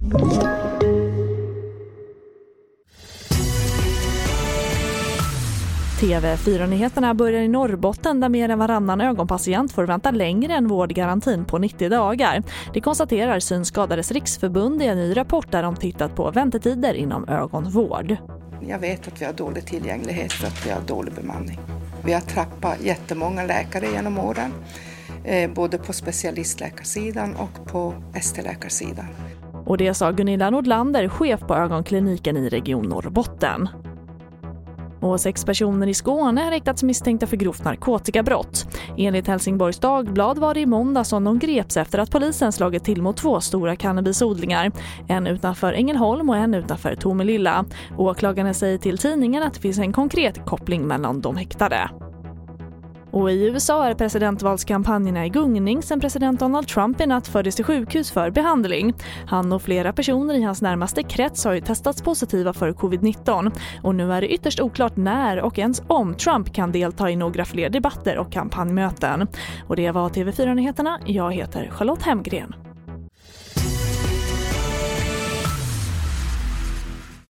TV4-nyheterna börjar i Norrbotten där mer än varannan ögonpatient får vänta längre än vårdgarantin på 90 dagar. Det konstaterar Synskadades riksförbund i en ny rapport där de tittat på väntetider inom ögonvård. Jag vet att vi har dålig tillgänglighet för att vi har dålig bemanning. Vi har tappat jättemånga läkare genom åren, både på specialistläkarsidan och på ST-läkarsidan. Och det sa Gunilla Nordlander, chef på ögonkliniken i Region Norrbotten. Och 6 personer i Skåne har riktats misstänkta för grovt narkotikabrott. Enligt Helsingborgs Dagblad var det i måndag som de greps efter att polisen slagit till mot 2 stora cannabisodlingar. En utanför Ängelholm och en utanför Tomelilla. Åklagarna säger till tidningen att det finns en konkret koppling mellan de häktade. Och i USA är presidentvalskampanjerna i gungning sen president Donald Trump i natt fördes till sjukhus för behandling. Han och flera personer i hans närmaste krets har ju testats positiva för covid-19. Och nu är det ytterst oklart när och ens om Trump kan delta i några fler debatter och kampanjmöten. Och det var TV4-nyheterna. Jag heter Charlotte Hemgren.